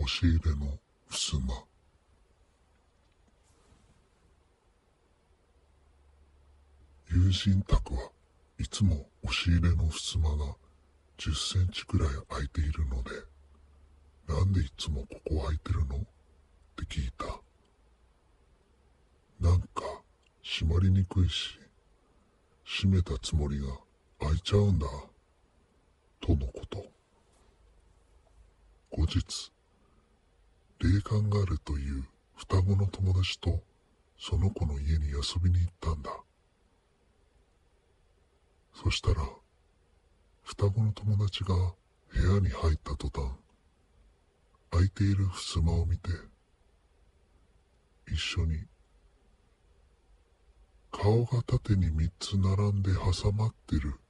し入れの襖。友人宅はいつも押し入れの襖が10センチくらい開いているので、なんでいつもここ開いてるのって聞いた。なんか閉まりにくいし、閉めたつもりが開いちゃうんだ、とのこと。後日、霊感があるという双子の友達とその子の家に遊びに行ったんだ。そしたら、双子の友達が部屋に入った途端、開いている襖を見て、一緒に顔が縦に3つ並んで挟まってる